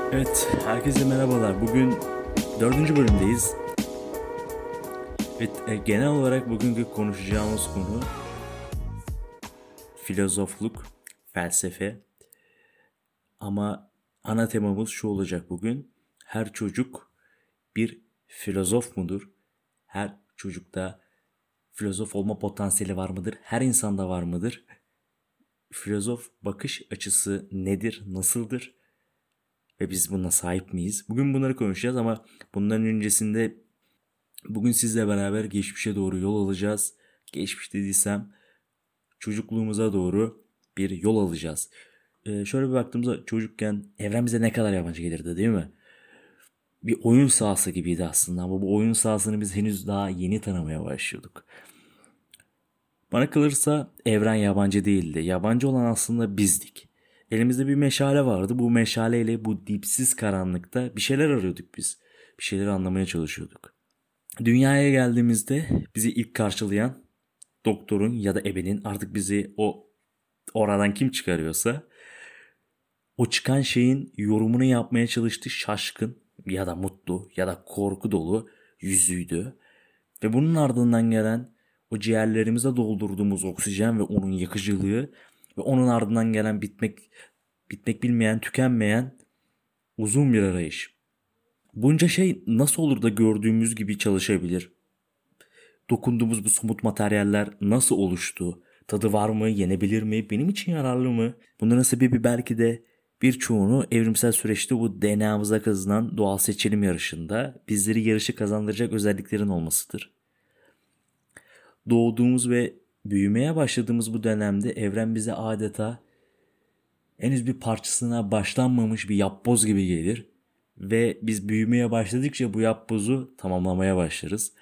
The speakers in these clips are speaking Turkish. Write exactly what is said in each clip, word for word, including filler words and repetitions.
Evet, herkese merhabalar. Bugün dördüncü bölümdeyiz. Evet, e, genel olarak bugünkü konuşacağımız konu filozofluk, felsefe. Ama ana temamız şu olacak bugün. Her çocuk bir filozof mudur? Her çocukta filozof olma potansiyeli var mıdır? Her insanda var mıdır? Filozof bakış açısı nedir, nasıldır? Ve biz buna sahip miyiz? Bugün bunları konuşacağız ama bunların öncesinde bugün sizle beraber geçmişe doğru yol alacağız. Geçmiş dediysem çocukluğumuza doğru bir yol alacağız. Ee, şöyle bir baktığımızda çocukken evren bize ne kadar yabancı gelirdi, değil mi? Bir oyun sahası gibiydi aslında ama bu oyun sahasını biz henüz daha yeni tanımaya başlıyorduk. Bana kalırsa evren yabancı değildi. Yabancı olan aslında bizdik. Elimizde bir meşale vardı. Bu meşaleyle bu dipsiz karanlıkta bir şeyler arıyorduk biz. Bir şeyler anlamaya çalışıyorduk. Dünyaya geldiğimizde bizi ilk karşılayan doktorun ya da ebenin, artık bizi o oradan kim çıkarıyorsa, o çıkan şeyin yorumunu yapmaya çalıştı, şaşkın ya da mutlu ya da korku dolu yüzüydü. Ve bunun ardından gelen o ciğerlerimize doldurduğumuz oksijen ve onun yakıcılığı ve onun ardından gelen bitmek bitmek bilmeyen, tükenmeyen uzun bir arayış. Bunca şey nasıl olur da gördüğümüz gibi çalışabilir? Dokunduğumuz bu somut materyaller nasıl oluştu? Tadı var mı? Yenebilir mi? Benim için yararlı mı? Bunların sebebi belki de birçoğunu evrimsel süreçte bu D N A'mıza kazınan doğal seçilim yarışında bizleri yarışı kazandıracak özelliklerin olmasıdır. Doğduğumuz ve büyümeye başladığımız bu dönemde evren bize adeta henüz bir parçasına başlanmamış bir yapboz gibi gelir ve biz büyümeye başladıkça bu yapbozu tamamlamaya başlarız.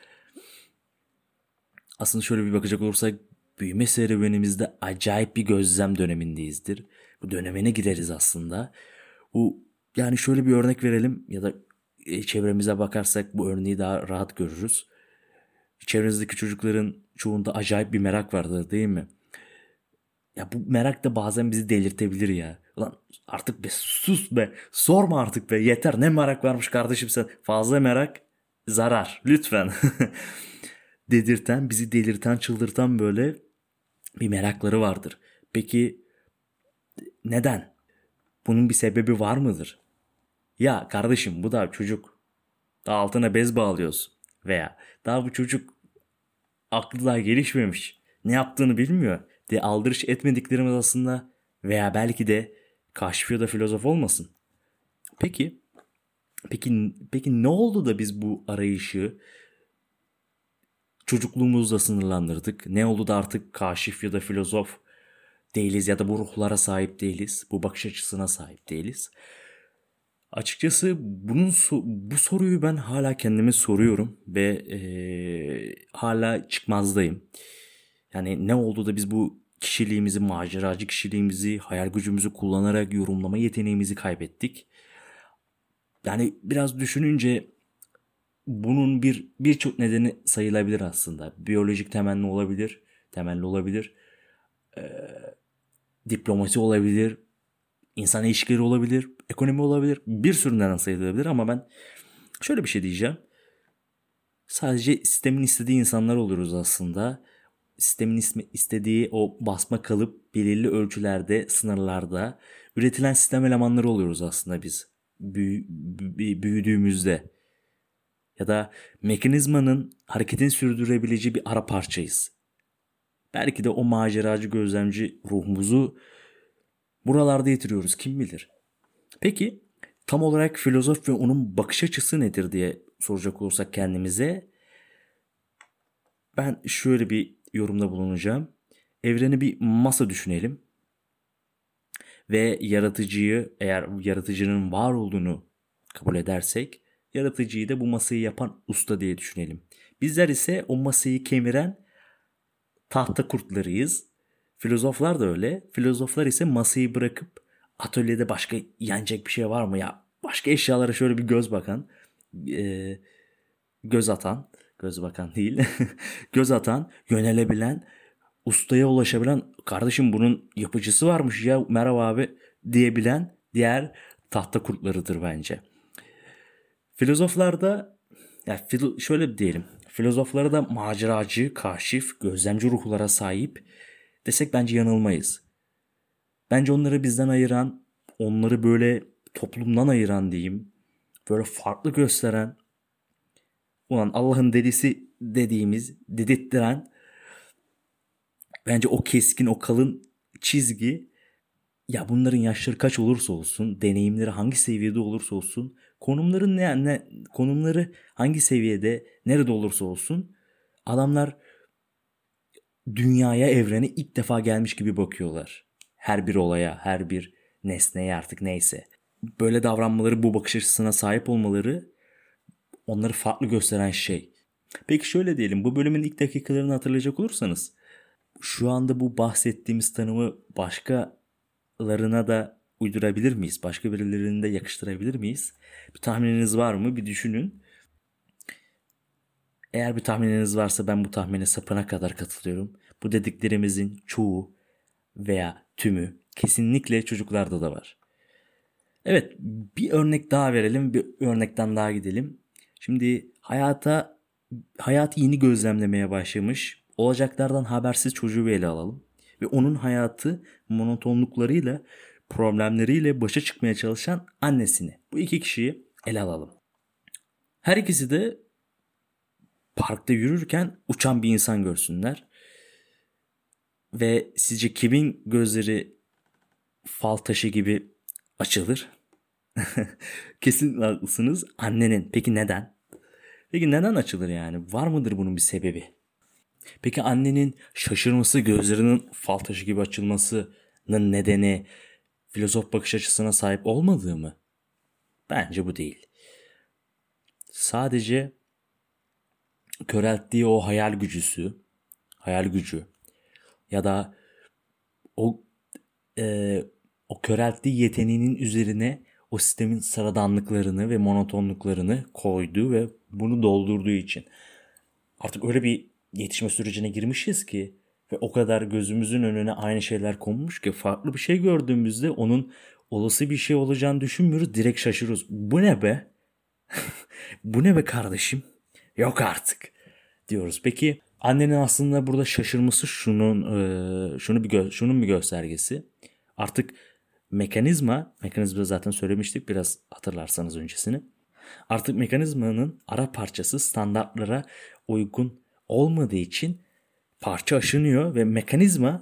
Aslında şöyle bir bakacak olursak büyüme serüvenimizde acayip bir gözlem dönemindeyizdir. Bu dönemine gireriz aslında. Bu, yani şöyle bir örnek verelim ya da e, çevremize bakarsak bu örneği daha rahat görürüz. Çevrenizdeki çocukların çoğunda acayip bir merak vardır, değil mi? Ya bu merak da bazen bizi delirtebilir ya. Ulan artık be, sus be, sorma artık be, yeter, ne merak varmış kardeşim sen. Fazla merak zarar, lütfen. Dedirten, bizi delirten, çıldırtan böyle bir merakları vardır. Peki neden? Bunun bir sebebi var mıdır? Ya kardeşim, bu da çocuk. Daha altına bez bağlıyoruz. Veya daha bu çocuk aklı daha gelişmemiş. Ne yaptığını bilmiyor diye aldırış etmediklerimiz aslında, veya belki de kaşif ya da filozof olmasın. Peki, peki, peki ne oldu da biz bu arayışı çocukluğumuzda sınırlandırdık? Ne oldu da artık kaşif ya da filozof değiliz ya da bu ruhlara sahip değiliz, bu bakış açısına sahip değiliz? Açıkçası bunun bu soruyu ben hala kendime soruyorum ve eee, hala çıkmazdayım. Yani ne oldu da biz bu kişiliğimizi, maceracı kişiliğimizi, hayal gücümüzü kullanarak yorumlama yeteneğimizi kaybettik? Yani biraz düşününce bunun bir birçok nedeni sayılabilir aslında. Biyolojik temelli olabilir, temelli olabilir, diplomasi olabilir, insan ilişkileri olabilir, ekonomi olabilir, bir sürü neden sayılabilir ama ben şöyle bir şey diyeceğim. Sadece sistemin istediği insanlar oluruz aslında. Sistemin istediği o basma kalıp belirli ölçülerde, sınırlarda üretilen sistem elemanları oluyoruz aslında biz. Büyü, büyüdüğümüzde. Ya da mekanizmanın hareketini sürdürebileceği bir ara parçayız. Belki de o maceracı gözlemci ruhumuzu buralarda yitiriyoruz, kim bilir. Peki tam olarak filozof ve onun bakış açısı nedir diye soracak olursak kendimize, ben şöyle bir yorumda bulunacağım. Evreni bir masa düşünelim ve yaratıcıyı, eğer yaratıcının var olduğunu kabul edersek, yaratıcıyı da bu masayı yapan usta diye düşünelim. Bizler ise o masayı kemiren tahta kurtlarıyız. Filozoflar da öyle. Filozoflar ise masayı bırakıp atölyede başka yenecek bir şey var mı ya? Başka eşyalara şöyle bir göz bakan, e, göz atan, göz bakan değil, göz atan, yönelebilen, ustaya ulaşabilen, kardeşim bunun yapıcısı varmış ya, merhaba abi diyebilen diğer tahta kurtlarıdır bence. Filozoflarda ya filo- şöyle diyelim. Filozofları da maceracı, kaşif, gözlemci ruhlara sahip desek bence yanılmayız. Bence onları bizden ayıran, onları böyle toplumdan ayıran diyeyim, böyle farklı gösteren, ulan Allah'ın delisi dediğimiz, dedirttiren bence o keskin, o kalın çizgi. Ya bunların yaşları kaç olursa olsun, deneyimleri hangi seviyede olursa olsun, konumları ne, ne konumları hangi seviyede, nerede olursa olsun, adamlar dünyaya, evrene ilk defa gelmiş gibi bakıyorlar. Her bir olaya, her bir nesneye artık neyse. Böyle davranmaları, bu bakış açısına sahip olmaları onları farklı gösteren şey. Peki şöyle diyelim, bu bölümün ilk dakikalarını hatırlayacak olursanız, şu anda bu bahsettiğimiz tanımı başkalarına da uydurabilir miyiz? Başka birilerine de yakıştırabilir miyiz? Bir tahmininiz var mı? Bir düşünün. Eğer bir tahmininiz varsa ben bu tahmine sapına kadar katılıyorum. Bu dediklerimizin çoğu veya tümü kesinlikle çocuklarda da var. Evet, bir örnek daha verelim, bir örnekten daha gidelim. Şimdi hayata, hayatı yeni gözlemlemeye başlamış, olacaklardan habersiz çocuğu bir ele alalım. Ve onun hayatı monotonluklarıyla, problemleriyle başa çıkmaya çalışan annesini. Bu iki kişiyi ele alalım. Her ikisi de parkta yürürken uçan bir insan görsünler. Ve sizce kimin gözleri fal taşı gibi açılır? Kesin haklısınız. Annenin. Peki neden? Peki neden açılır yani? Var mıdır bunun bir sebebi? Peki annenin şaşırması, gözlerinin fal taşı gibi açılmasının nedeni filozof bakış açısına sahip olmadığı mı? Bence bu değil. Sadece körelttiği o hayal gücüsü, hayal gücü ya da o e, o körelttiği yeteneğinin üzerine o sistemin sıradanlıklarını ve monotonluklarını koyduğu ve bunu doldurduğu için. Artık öyle bir yetişme sürecine girmişiz ki ve o kadar gözümüzün önüne aynı şeyler konmuş ki farklı bir şey gördüğümüzde onun olası bir şey olacağını düşünmüyoruz. Direkt şaşırıyoruz. Bu ne be? Bu ne be kardeşim? Yok artık diyoruz. Peki annenin aslında burada şaşırması şunun e, şunu bir gö- şunun bir göstergesi. Artık mekanizma, mekanizma zaten söylemiştik biraz hatırlarsanız öncesini. Artık mekanizmanın ara parçası standartlara uygun olmadığı için parça aşınıyor ve mekanizma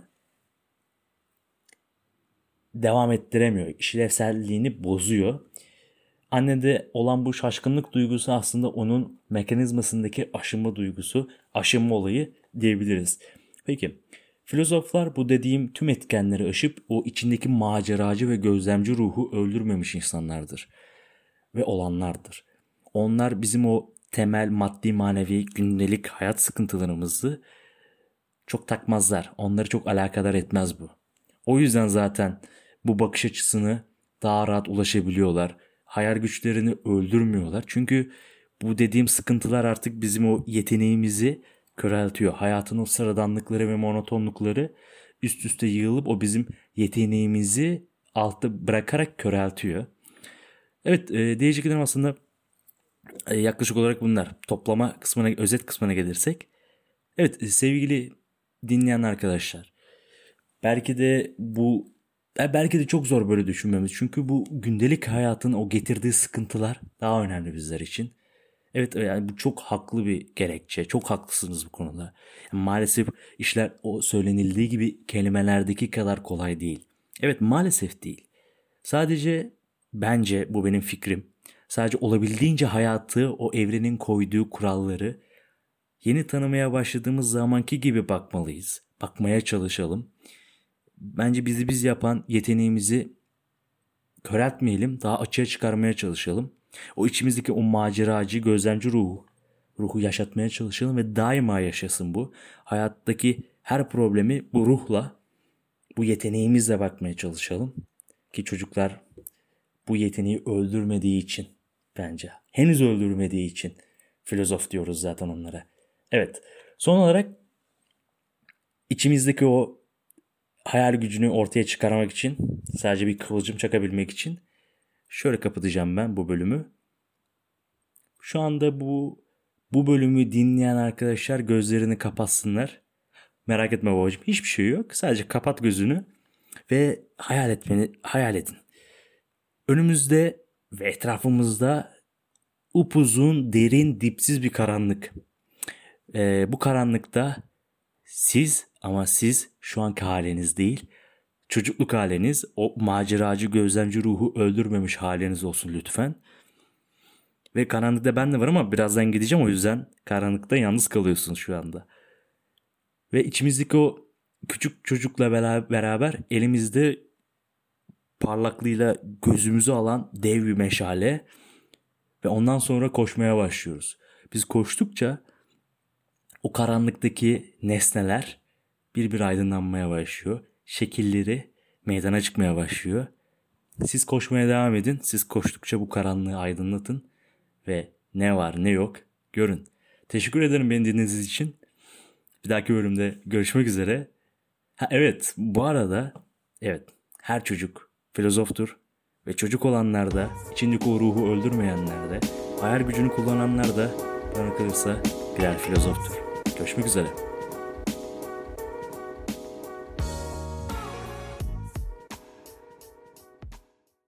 devam ettiremiyor. İşlevselliğini bozuyor. Annede olan bu şaşkınlık duygusu aslında onun mekanizmasındaki aşınma duygusu, aşınma olayı diyebiliriz. Peki filozoflar bu dediğim tüm etkenleri aşıp o içindeki maceracı ve gözlemci ruhu öldürmemiş insanlardır ve olanlardır. Onlar bizim o temel maddi manevi gündelik hayat sıkıntılarımızı çok takmazlar. Onları çok alakadar etmez bu. O yüzden zaten bu bakış açısını daha rahat ulaşabiliyorlar. Hayal güçlerini öldürmüyorlar. Çünkü bu dediğim sıkıntılar artık bizim o yeteneğimizi köreltiyor. Hayatın o sıradanlıkları ve monotonlukları üst üste yığılıp o bizim yeteneğimizi altta bırakarak köreltiyor. Evet, e, diyeceklerim aslında e, yaklaşık olarak bunlar. Toplama kısmına, özet kısmına gelirsek. Evet, e, sevgili dinleyen arkadaşlar. Belki de bu e, belki de çok zor böyle düşünmemiz. Çünkü bu gündelik hayatın o getirdiği sıkıntılar daha önemli bizler için. Evet, yani bu çok haklı bir gerekçe. Çok haklısınız bu konuda. Yani maalesef işler o söylenildiği gibi kelimelerdeki kadar kolay değil. Evet, maalesef değil. Sadece bence bu benim fikrim. Sadece olabildiğince hayatı o evrenin koyduğu kuralları yeni tanımaya başladığımız zamanki gibi bakmalıyız. Bakmaya çalışalım. Bence bizi biz yapan yeteneğimizi köreltmeyelim, daha açığa çıkarmaya çalışalım. O içimizdeki o maceracı, gözlemci ruhu, ruhu yaşatmaya çalışalım ve daima yaşasın bu. Hayattaki her problemi bu ruhla, bu yeteneğimizle bakmaya çalışalım. Ki çocuklar bu yeteneği öldürmediği için bence, henüz öldürmediği için filozof diyoruz zaten onlara. Evet, son olarak içimizdeki o hayal gücünü ortaya çıkarmak için, sadece bir kıvılcım çakabilmek için şöyle kapatacağım ben bu bölümü. Şu anda bu bu bölümü dinleyen arkadaşlar gözlerini kapatsınlar. Merak etme babacığım, hiçbir şey yok. Sadece kapat gözünü ve hayal etmeni hayal edin. Önümüzde ve etrafımızda upuzun, derin, dipsiz bir karanlık. Ee, bu karanlıkta siz, ama siz şu anki haliniz değil, çocukluk haliniz, o maceracı, gözlemci ruhu öldürmemiş haliniz olsun lütfen. Ve karanlıkta ben de var ama birazdan gideceğim, o yüzden karanlıkta yalnız kalıyorsunuz şu anda. Ve içimizdeki o küçük çocukla beraber elimizde parlaklığıyla gözümüzü alan dev bir meşale ve ondan sonra koşmaya başlıyoruz. Biz koştukça o karanlıktaki nesneler bir bir aydınlanmaya başlıyor. Şekilleri meydana çıkmaya başlıyor. Siz koşmaya devam edin. Siz koştukça bu karanlığı aydınlatın ve ne var ne yok görün. Teşekkür ederim beni dinlediğiniz için. Bir dahaki bölümde görüşmek üzere. Ha evet, bu arada evet, her çocuk filozoftur ve çocuk olanlar da, içindeki o ruhu öldürmeyenler de, hayal gücünü kullananlar da bana kalırsa birer filozoftur. Görüşmek üzere.